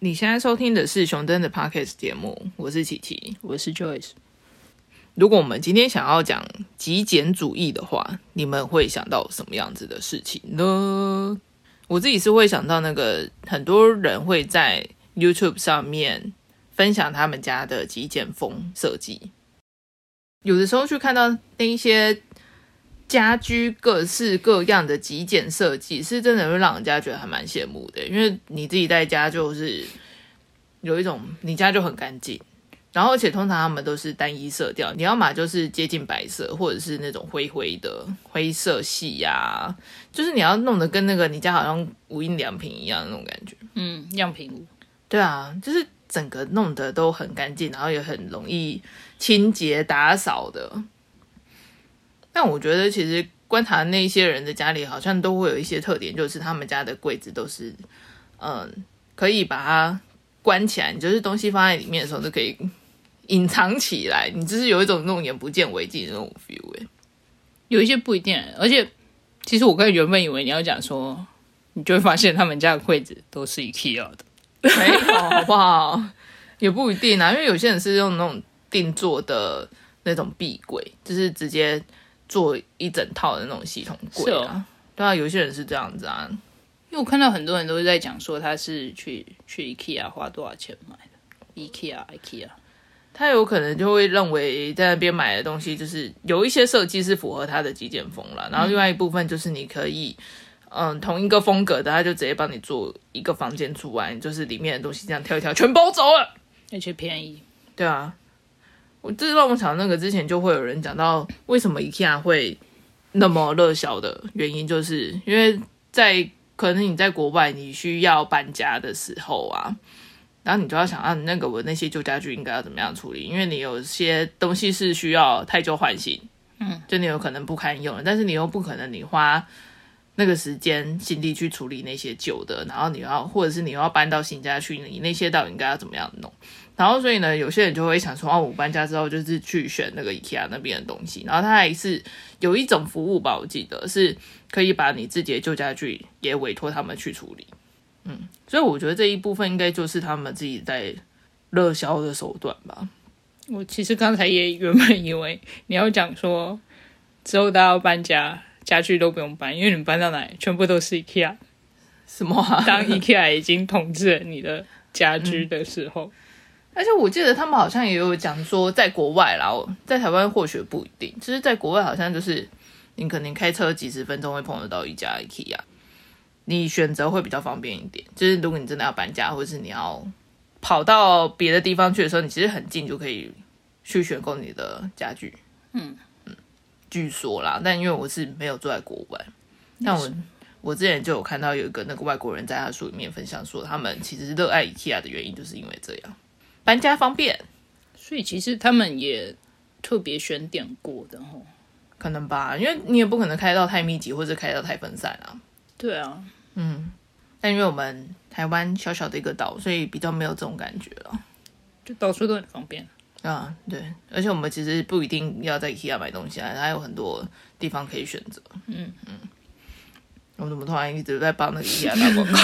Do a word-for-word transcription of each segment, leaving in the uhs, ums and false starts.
你现在收听的是熊登的 Podcast 节目，我是琪琪， 我是 Joyce。 如果我们今天想要讲极简主义的话，你们会想到什么样子的事情呢？我自己是会想到那个很多人会在 YouTube 上面分享他们家的极简风设计，有的时候去看到那一些家居各式各样的极简设计，是真的会让人家觉得还蛮羡慕的，因为你自己在家就是有一种你家就很干净，然后而且通常他们都是单一色调，你要嘛就是接近白色，或者是那种灰灰的灰色系啊，就是你要弄得跟那个你家好像无印良品一样的那种感觉。 嗯，样品屋。 对啊，就是整个弄得都很干净，然后也很容易清洁打扫的。但我觉得其实观察那些人的家里好像都会有一些特点，就是他们家的柜子都是嗯，可以把它关起来，你就是东西放在里面的时候就可以隐藏起来，你就是有一种那种眼不见为净的那种 feel 耶。 有一些不一定，而且其实我刚才原本以为你要讲说，你就会发现他们家的柜子都是 IKEA 的， 没有好不好？也不一定啊，因为有些人是用那种定做的那种壁柜，就是直接做一整套的那种系统柜啊。哦、对啊，有些人是这样子啊。 因为我看到很多人都是在讲说他是去去 IKEA 花多少钱买的 IKEA IKEA， 他有可能就会认为在那边买的东西就是有一些设计是符合他的极简风啦，然后另外一部分就是你可以嗯同一个风格的，他就直接帮你做一个房间出来，就是里面的东西这样挑一挑全包走了， 而且便宜。对啊，我这让我想那个之前就会有人讲到为什么 IKEA 会那么热销的原因，就是因为在可能你在国外你需要搬家的时候啊，然后你就要想啊，那个我那些旧家具应该要怎么样处理，因为你有些东西是需要汰旧换新，嗯，就你有可能不堪用了，但是你又不可能你花那个时间心力去处理那些旧的，然后你要或者是你要搬到新家去，你那些到底应该要怎么样弄？然后所以呢，有些人就会想说，哦，我搬家之后就是去选那个 IKEA 那边的东西，然后它还是有一种服务吧，我记得是可以把你自己的旧家具也委托他们去处理。嗯，所以我觉得这一部分应该就是他们自己在热销的手段吧。 我其实刚才也原本以为你要讲说之后大家要搬家，家具都不用搬，因为你们搬到哪里全部都是 IKEA。 什么啊？ 当 IKEA 已经统治了你的家居的时候。嗯， 而且我记得他们好像也有讲说，在国外啦，在台湾或许不一定，就是在国外好像就是你可能开车几十分钟会碰得到一家 IKEA， 你选择会比较方便一点。就是如果你真的要搬家，或是你要跑到别的地方去的时候，你其实很近就可以去选购你的家具。嗯嗯，据说啦，但因为我是没有住在国外，但我我之前就有看到有一个那个外国人在他书里面分享说，他们其实热爱 IKEA 的原因就是因为这样。搬家方便， 所以其实他们也特别选点过的齁， 可能吧，因为你也不可能开到太密集或者开到太分散啊。 对啊， 嗯，但因为我们台湾小小的一个岛，所以比较没有这种感觉了， 就到处都很方便啊。对，而且我们其实不一定要在 IKEA 买东西啊，还有很多地方可以选择。嗯嗯，我怎么突然一直在帮那个 IKEA 打广告？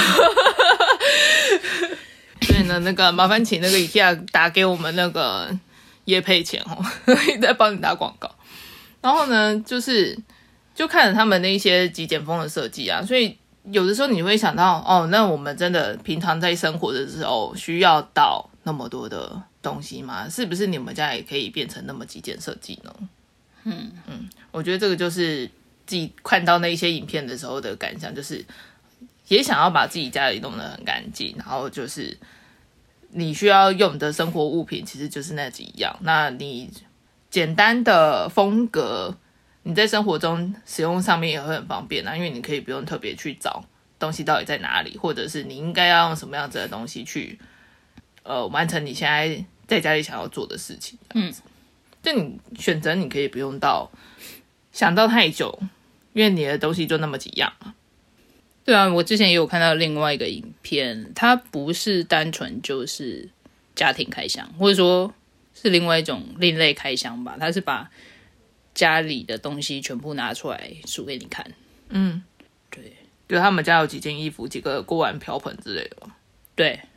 所以呢，那个麻烦请那个 IKEA 打给我们那个业配钱哦，在帮你打广告。然后呢，就是就看着他们那一些极简风的设计啊，所以有的时候你会想到，哦，那我们真的平常在生活的时候需要到那么多的东西吗？是不是你们家也可以变成那么极简设计呢？嗯嗯，我觉得这个就是自己看到那一些影片的时候的感想，就是也想要把自己家里弄得很干净，然后就是你需要用的生活物品其实就是那几样，那你简单的风格你在生活中使用上面也会很方便啊，因为你可以不用特别去找东西到底在哪里，或者是你应该要用什么样子的东西去呃完成你现在在家里想要做的事情。嗯，就你选择你可以不用到想到太久，因为你的东西就那么几样啊。 对啊，我之前也有看到另外一个影片，它不是单纯就是家庭开箱，或者说是另外一种另类开箱吧，它是把家里的东西全部拿出来数给你看。嗯，对， 就他们家有几件衣服、几个锅碗瓢盆之类的。 对，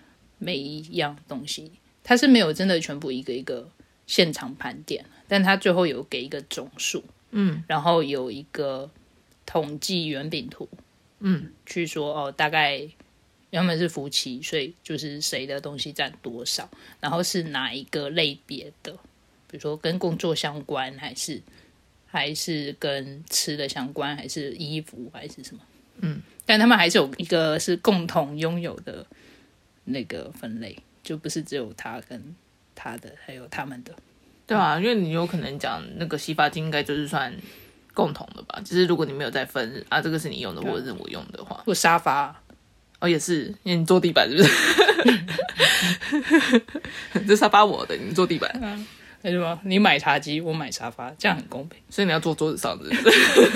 每一样东西，它是没有真的全部一个一个现场盘点，但它最后有给一个总数， 嗯， 然后有一个统计圆饼图， 嗯， 去说哦，大概原本是夫妻，所以就是谁的东西占多少，然后是哪一个类别的，比如说跟工作相关，还是还是跟吃的相关，还是衣服，还是什么？嗯，但他们还是有一个是共同拥有的那个分类，就不是只有他跟他的，还有他们的。 对啊，因为你有可能讲那个洗发精应该就是算共同的吧，就是如果你没有再分啊，这个是你用的或者是我用的话， 或沙发。 哦，也是，因为你坐地板是不是？这沙发我的，你坐地板。 嗯，那什么，你买茶几，我买沙发，这样很公平。 所以你要坐桌子上，是不是？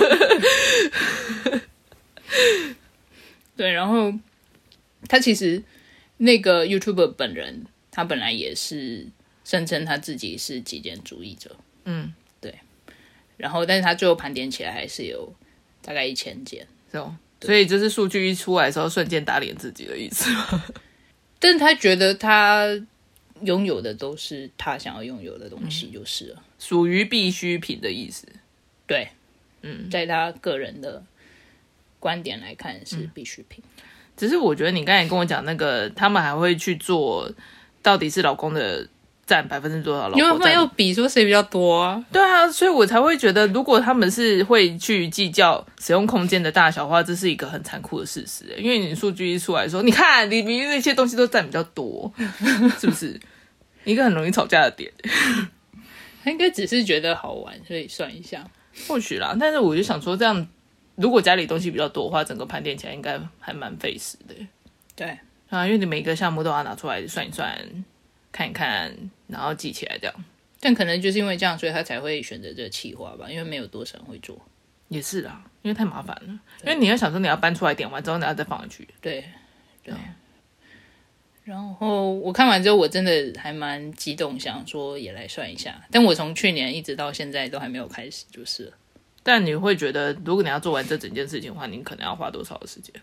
对，然后他其实那个 YouTuber 本人，他本来也是声称他自己是极简主义者。 嗯， 对。然后，但是他最后盘点起来还是有大概一千件。 是哦。所以就是数据一出来的时候，瞬间打脸自己的意思吗？ 但是他觉得他拥有的都是他想要拥有的东西，就是了， 属于必需品的意思。 对，嗯，在他个人的观点来看是必需品。 嗯、只是我觉得你刚才跟我讲那个，他们还会去做，到底是老公的占百分之多少，老婆占， 因为他们要比说谁比较多啊。 对啊，所以我才会觉得，如果他们是会去计较使用空间的大小的话，这是一个很残酷的事实。因为你数据一出来说，你看你明明那些东西都占比较多，是不是一个很容易吵架的点？ 他应该只是觉得好玩，所以算一下， 或许啦。但是我就想说，这样如果家里东西比较多的话，整个盘点起来应该还蛮费时的。 对啊，因为你每个项目都要拿出来算一算。看一看，然后记起来这样。 但可能就是因为这样，所以他才会选择这个企划吧，因为没有多少人会做。 也是啦，因为太麻烦了。因为你要想说你要搬出来点完之后，你要再放回去。 对对。然后我看完之后，我真的还蛮激动，想说也来算一下。但我从去年一直到现在都还没有开始，就是了。 但你会觉得，如果你要做完这整件事情的话，你可能要花多少的时间？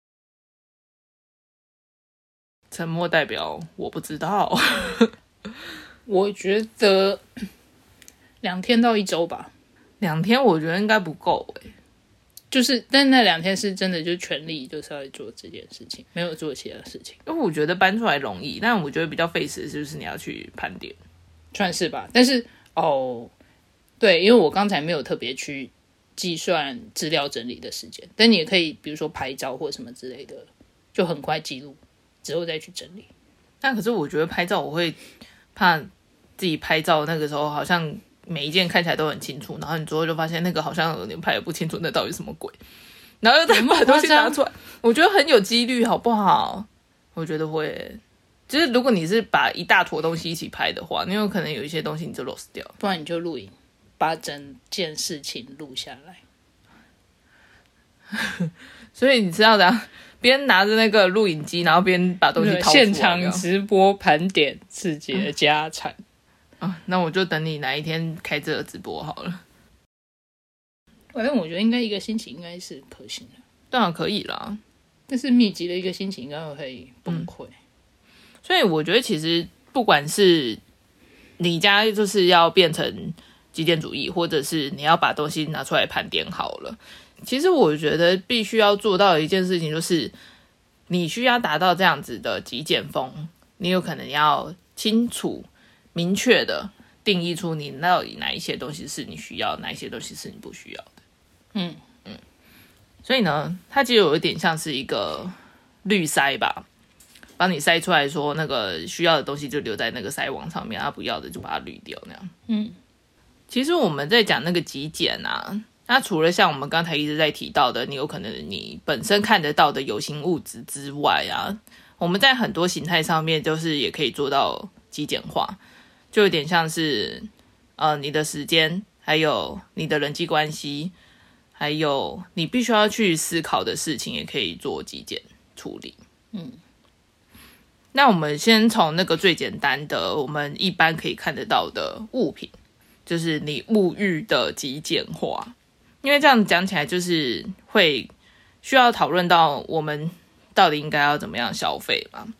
沉默代表我不知道。 我觉得两天到一周吧。 两天我觉得应该不够欸。 就是但那两天是真的就全力就是要做这件事情，没有做其他事情。 因为我觉得搬出来容易，但我觉得比较费时的就是你要去盘点。 算是吧。但是哦对，因为我刚才没有特别去计算资料整理的时间，但你也可以比如说拍照或什么之类的，就很快记录之后再去整理。 但可是我觉得拍照我会怕自己拍照那个时候好像每一件看起来都很清楚，然后你最后就发现那个好像有点拍得不清楚，那到底是什么鬼，然后又再把东西拿出来，我觉得很有几率好不好？我觉得会，就是如果你是把一大坨东西一起拍的话，你有可能有一些东西你就 lost 掉， 不然你就录影，把整件事情录下来。 所以你知道的，边拿着那个录影机，然后边把东西掏出来， 现场直播盘点自己的家产。 嗯啊，那我就等你哪一天开这个直播好了。 反正我觉得应该一个星期应该是可行的， 当然可以啦， 但是密集的一个星期应该会崩溃。嗯， 所以我觉得其实不管是你家就是要变成极简主义，或者是你要把东西拿出来盘点好了，其实我觉得必须要做到的一件事情就是你需要达到这样子的极简风，你有可能要清楚明确的定义出你到底哪一些东西是你需要，哪一些东西是你不需要的。 嗯嗯，所以呢它其实有一点像是一个滤筛吧，帮你筛出来说那个需要的东西就留在那个筛网上面，它不要的就把它滤掉那样。 嗯， 其实我们在讲那个极简啊，那除了像我们刚才一直在提到的你有可能你本身看得到的有形物质之外啊，我们在很多形态上面就是也可以做到极简化，就有点像是呃你的时间，还有你的人际关系，还有你必须要去思考的事情也可以做极简处理。 嗯， 那我们先从那个最简单的我们一般可以看得到的物品，就是你物欲的极简化，因为这样讲起来就是会需要讨论到我们到底应该要怎么样消费嘛。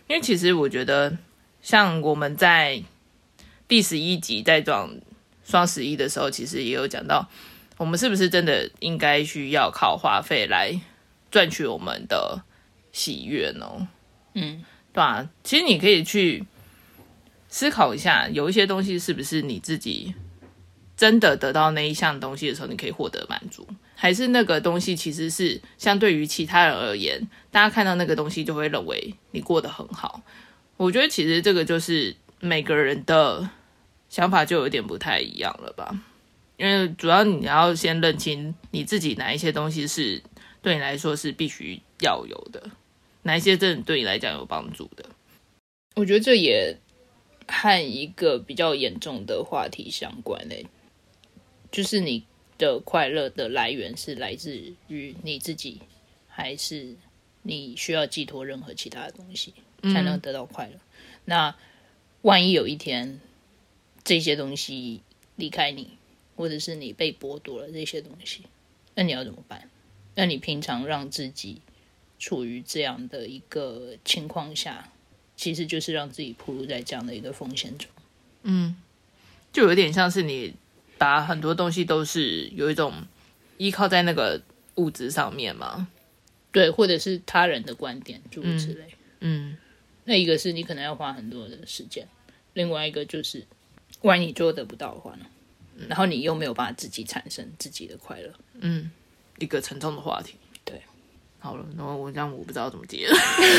因为其实我觉得，像我们在第十一集在讲双十一的时候，其实也有讲到，我们是不是真的应该需要靠花费来赚取我们的喜悦呢？ 嗯， 对啊，其实你可以去思考一下，有一些东西是不是你自己真的得到那一项东西的时候，你可以获得满足，还是那个东西其实是相对于其他人而言，大家看到那个东西就会认为你过得很好。我觉得其实这个就是每个人的想法就有点不太一样了吧，因为主要你要先认清你自己哪一些东西是对你来说是必须要有的，哪一些真的对你来讲有帮助的。 我觉得这也和一个比较严重的话题相关诶，就是你的快乐的来源是来自于你自己，还是你需要寄托任何其他的东西才能得到快乐？嗯、那万一有一天这些东西离开你，或者是你被剥夺了这些东西，那你要怎么办？那你平常让自己处于这样的一个情况下，其实就是让自己暴露在这样的一个风险中。 嗯，就有点像是你把很多东西都是有一种依靠在那个物质上面嘛， 对，或者是他人的观点诸如此类。 嗯，嗯那一个是你可能要花很多的时间，另外一个就是万一你最后得不到的话呢？嗯、然后你又没有办法自己产生自己的快乐。 嗯，一个沉重的话题。 对， 好了，然后我这样我不知道怎么接。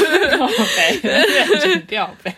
剪掉呗。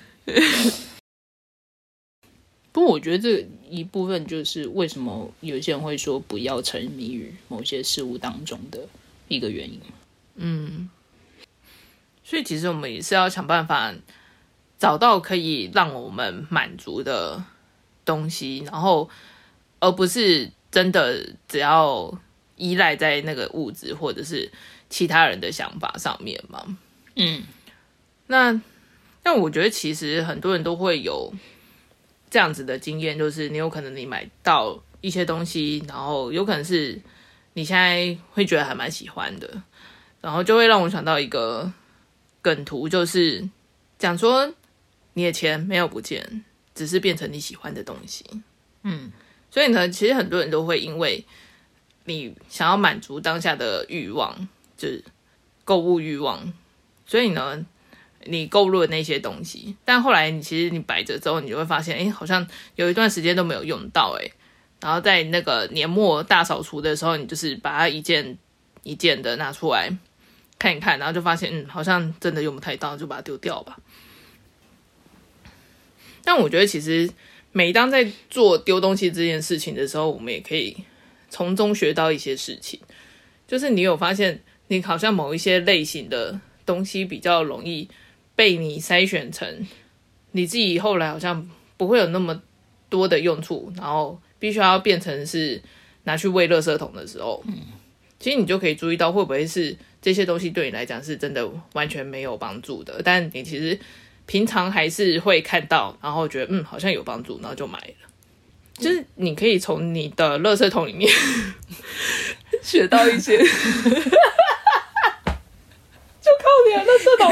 不过我觉得这一部分就是为什么有些人会说不要沉迷于某些事物当中的一个原因。 嗯，所以其实我们也是要想办法找到可以让我们满足的东西，然后而不是真的只要依赖在那个物质或者是其他人的想法上面嘛。 嗯， 那但我觉得其实很多人都会有这样子的经验，就是你有可能你买到一些东西，然后有可能是你现在会觉得还蛮喜欢的，然后就会让我想到一个梗图，就是讲说你的钱没有不见，只是变成你喜欢的东西。 嗯， 所以呢，其实很多人都会因为你想要满足当下的欲望，就是购物欲望，所以呢你购入了那些东西，但后来你其实你摆着之后，你就会发现，哎，好像有一段时间都没有用到，哎，然后在那个年末大扫除的时候，你就是把它一件一件的拿出来看一看，然后就发现，嗯，好像真的用不太到，就把它丢掉吧。但我觉得其实每当在做丢东西这件事情的时候，我们也可以从中学到一些事情，就是你有发现，你好像某一些类型的东西比较容易被你筛选成你自己后来好像不会有那么多的用处，然后必须要变成是拿去喂垃圾桶的时候，嗯，其实你就可以注意到会不会是这些东西对你来讲是真的完全没有帮助的，但你其实平常还是会看到，然后觉得嗯好像有帮助，然后就买了。就是你可以从你的垃圾桶里面学到一些，就靠你的垃圾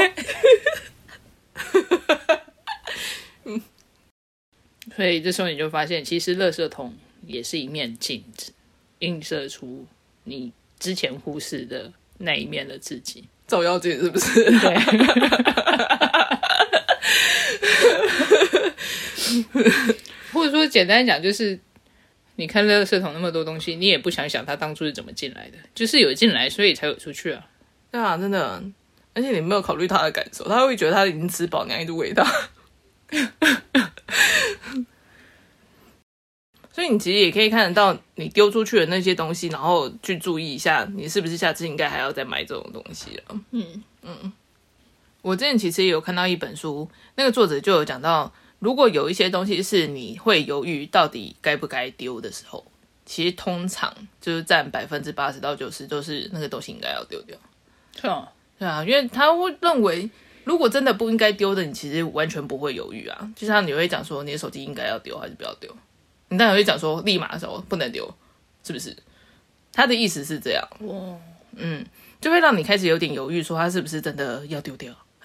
桶。 嗯，所以这时候你就发现，其实垃圾桶也是一面镜子，映射出你之前忽视的那一面的自己。 照妖镜是不是？ 对。或者说简单讲，就是你看垃圾桶那么多东西，你也不想想它当初是怎么进来的，就是有进来所以才有出去啊。 对啊，真的，而且你没有考虑他的感受，他会觉得他已经吃饱，你还一直喂他。所以你其实也可以看得到你丢出去的那些东西，然后去注意一下你是不是下次应该还要再买这种东西了。嗯嗯，我之前其实也有看到一本书，那个作者就有讲到，如果有一些东西是你会犹豫到底该不该丢的时候，其实通常就是占百分之八十到九十都是那个东西应该要丢掉。 是啊， 对啊，因为他会认为如果真的不应该丢的，你其实完全不会犹豫啊。就像你会讲说你的手机应该要丢还是不要丢，你当然会讲说立马的时候不能丢，是不是？他的意思是这样。 哇， 嗯，就会让你开始有点犹豫，说他是不是真的要丢掉，还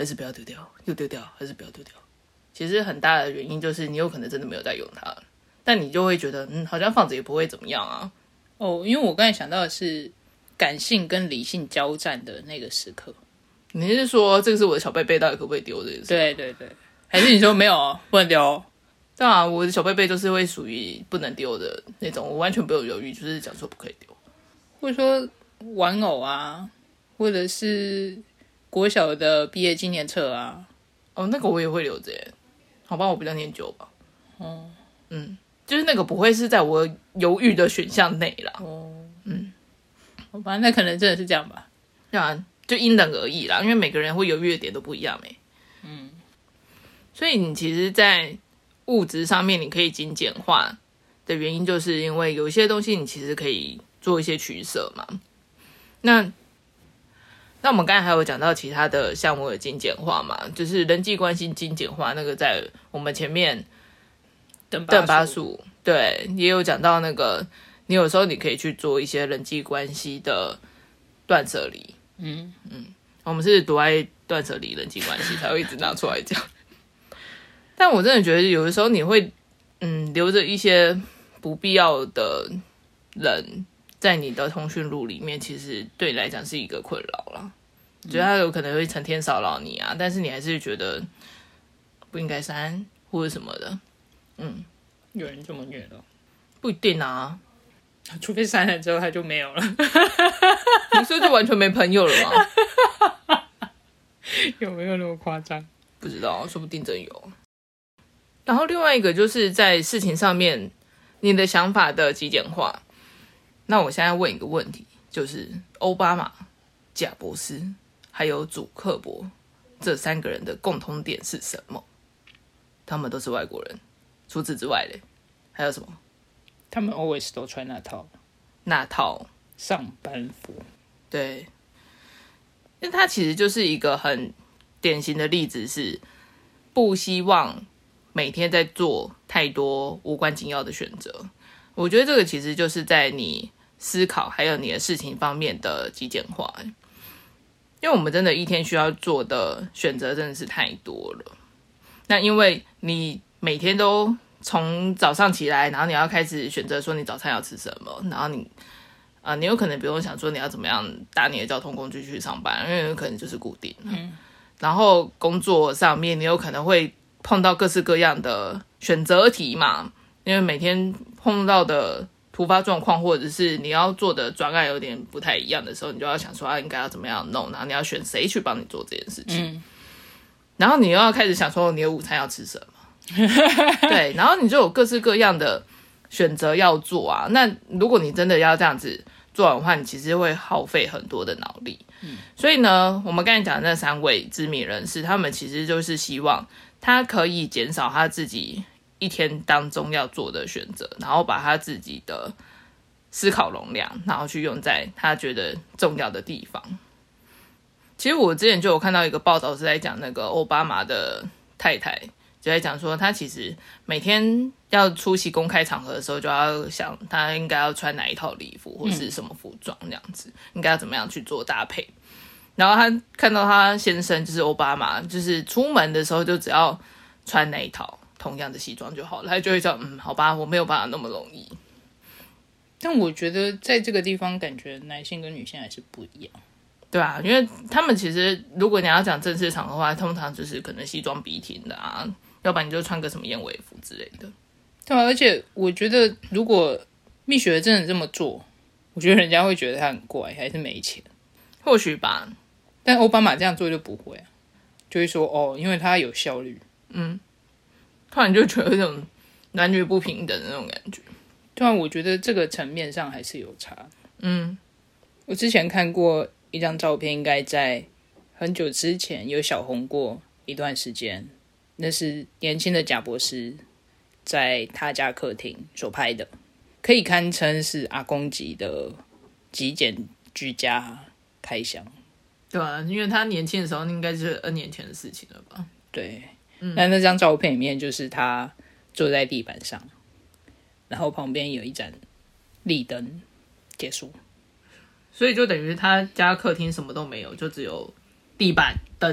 还是不要丢掉，又丢掉还是不要丢掉。其实很大的原因就是你有可能真的没有在用它了，但你就会觉得嗯，好像放着也不会怎么样啊。 哦，因为我刚才想到的是感性跟理性交战的那个时刻。 你是说这个是我的小贝贝，到底可不可以丢这件事？ 对对对，还是你说没有不能丢？ 对啊，我的小贝贝就是会属于不能丢的那种，我完全不用犹豫，就是讲说不可以丢。 或者说玩偶啊，或者是国小的毕业纪念册啊。 哦，那个我也会留着耶。好吧，我比较念旧吧。哦，嗯，就是那个不会是在我犹豫的选项内啦。哦，嗯， 好吧，那可能真的是这样吧。 对啊，就因人而异啦，因为每个人会犹豫的点都不一样诶。嗯，所以你其实，在物质上面你可以精简化的原因，就是因为有一些东西你其实可以做一些取舍嘛。那那我们刚才还有讲到其他的项目的精简化嘛，就是人际关系精简化，那个在我们前面等等巴数对也有讲到那个，你有时候你可以去做一些人际关系的断舍离。嗯嗯，我们是多爱断舍离人际关系才会一直拿出来讲。但我真的觉得有的时候你会嗯留着一些不必要的人在你的通讯录里面，其实对你来讲是一个困扰啦。觉得他有可能会成天骚扰你啊，但是你还是觉得不应该删或者什么的。嗯， 有人这么觉得？ 不一定啊， 除非删了之后他就没有了。 你说就完全没朋友了吗？ 有没有那么夸张？ 不知道，说不定真有。然后另外一个就是在事情上面你的想法的极简化。那我现在问一个问题，就是奥巴马、贾伯斯还有祖克伯这三个人的共同点是什么？他们都是外国人，除此之外嘞，还有什么？ 他们 always 都穿那套那套上班服。 对，因为他其实就是一个很典型的例子，是不希望每天在做太多无关紧要的选择。我觉得这个其实就是在你思考还有你的事情方面的极简化，因为我们真的一天需要做的选择真的是太多了。那因为你每天都从早上起来，然后你要开始选择说你早餐要吃什么，然后你啊、呃，你有可能不用想说你要怎么样搭你的交通工具去上班，因为有可能就是固定。嗯，然后工作上面你有可能会碰到各式各样的选择题嘛，因为每天碰到的突发状况或者是你要做的专案有点不太一样的时候，你就要想说啊，应该要怎么样弄，然后你要选谁去帮你做这件事情。嗯，然后你又要开始想说你的午餐要吃什么。对，然后你就有各式各样的选择要做啊。那如果你真的要这样子做完的话，你其实会耗费很多的脑力。嗯，所以呢，我们刚才讲的那三位知名人士，他们其实就是希望他可以减少他自己一天当中要做的选择，然后把他自己的思考容量，然后去用在他觉得重要的地方。其实我之前就有看到一个报道是在讲那个奥巴马的太太，就在讲说他其实每天要出席公开场合的时候，就要想他应该要穿哪一套礼服或是什么服装这样子，应该要怎么样去做搭配。然后他看到他先生就是奥巴马，就是出门的时候就只要穿那一套同样的西装就好了，他就会讲嗯，好吧，我没有办法那么容易。 但我觉得在这个地方，感觉男性跟女性还是不一样。 对啊，因为他们其实如果你要讲正式场合的话，通常就是可能西装笔挺的啊，要不然你就穿个什么燕尾服之类的。 对啊，而且我觉得如果蜜雪真的这么做，我觉得人家会觉得他很怪，还是没钱。 或许吧， 但奥巴马这样做就不会啊，就会说哦，因为他有效率。 嗯，突然就觉得那种男女不平等的那种感觉。 对啊，我觉得这个层面上还是有差。 嗯， 我之前看过一张照片，应该在很久之前有小红过一段时间，那是年轻的贾博士在他家客厅所拍的，可以堪称是阿公级的极简居家开箱。 对啊，因为他年轻的时候应该是 N 年前的事情了吧。 对，嗯，那那张照片里面就是他坐在地板上，然后旁边有一盏立灯，结束。 所以就等于他家客厅什么都没有，就只有地板灯，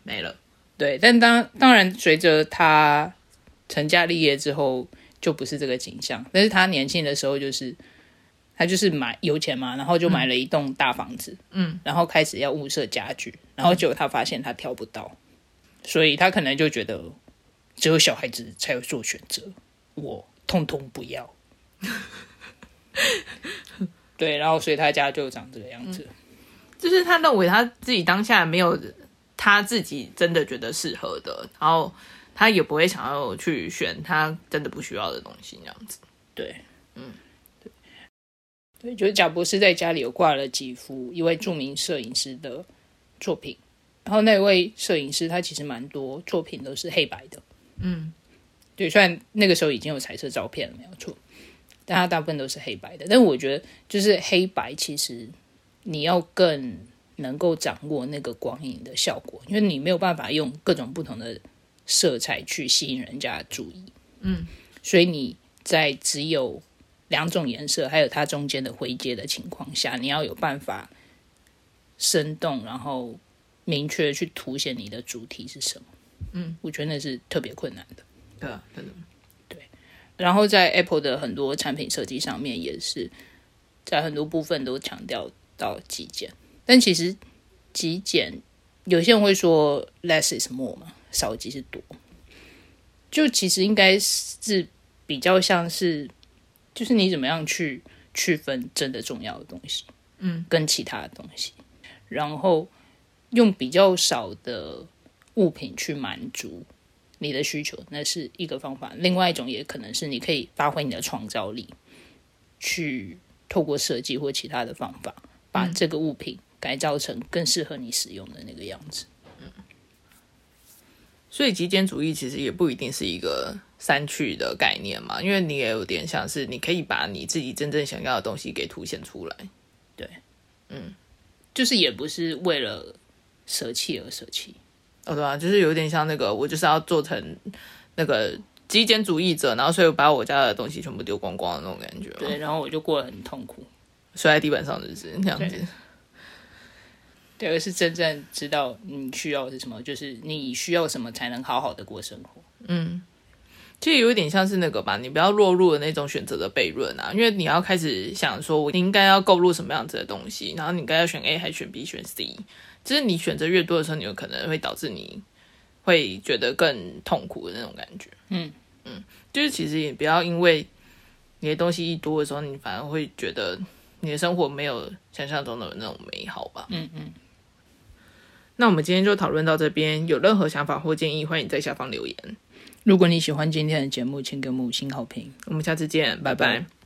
没了。 对，但当当然随着他成家立业之后就不是这个景象，但是他年轻的时候就是他就是买有钱嘛，然后就买了一栋大房子，嗯，然后开始要物色家具，然后结果他发现他挑不到，所以他可能就觉得只有小孩子才有做选择，我通通不要。对，然后所以他家就长这个样子、嗯、 就是他认为他自己当下没有他自己真的觉得适合的，然后他也不会想要去选他真的不需要的东西那样子。 对，嗯，对，对，就是贾博士在家里有挂了几幅一位著名摄影师的作品，然后那位摄影师他其实蛮多作品都是黑白的，嗯，对，虽然那个时候已经有彩色照片了，没有错，但它大部分都是黑白的。但是我觉得就是黑白其实你要更能够掌握那个光影的效果，因为你没有办法用各种不同的色彩去吸引人家的注意，嗯，所以你在只有两种颜色还有它中间的灰阶的情况下，你要有办法生动然后明确的去凸显你的主题是什么，嗯，我觉得那是特别困难的。 对啊，真的。 对，然后在 Apple 的很多产品设计上面也是在很多部分都强调到极简，但其实极简有些人会说 less is more 嘛，少即是多，就其实应该是比较像是就是你怎么样去区分真的重要的东西，嗯，跟其他的东西，然后用比较少的物品去满足你的需求，那是一个方法。另外一种也可能是你可以发挥你的创造力，去透过设计或其他的方法把这个物品改造成更适合你使用的那个样子。 嗯，所以极简主义其实也不一定是一个删去的概念嘛，因为你也有点像是你可以把你自己真正想要的东西给凸显出来。 对，嗯，就是也不是为了舍弃而舍弃。 哦，对啊，就是有点像那个我就是要做成那个极简主义者，然后所以我把我家的东西全部丢光光的那种感觉。 对，然后我就过得很痛苦， 睡在地板上就是这样子。 对，而是真正知道你需要的是什么，就是你需要什么才能好好的过生活。 嗯，其实有一点像是那个吧，你不要落入了那种选择的悖论啊，因为你要开始想说我应该要购入什么样子的东西，然后你应该要选 A 还选 B 选 C， 就是你选择越多的时候，你有可能会导致你会觉得更痛苦的那种感觉。嗯嗯，就是其实也不要因为你的东西一多的时候，你反而会觉得你的生活没有想象中的那种美好吧。嗯嗯。那我们今天就讨论到这边，有任何想法或建议，欢迎在下方留言。 如果你喜欢今天的节目，请给我们五星好评。 我们下次见，拜拜。拜拜。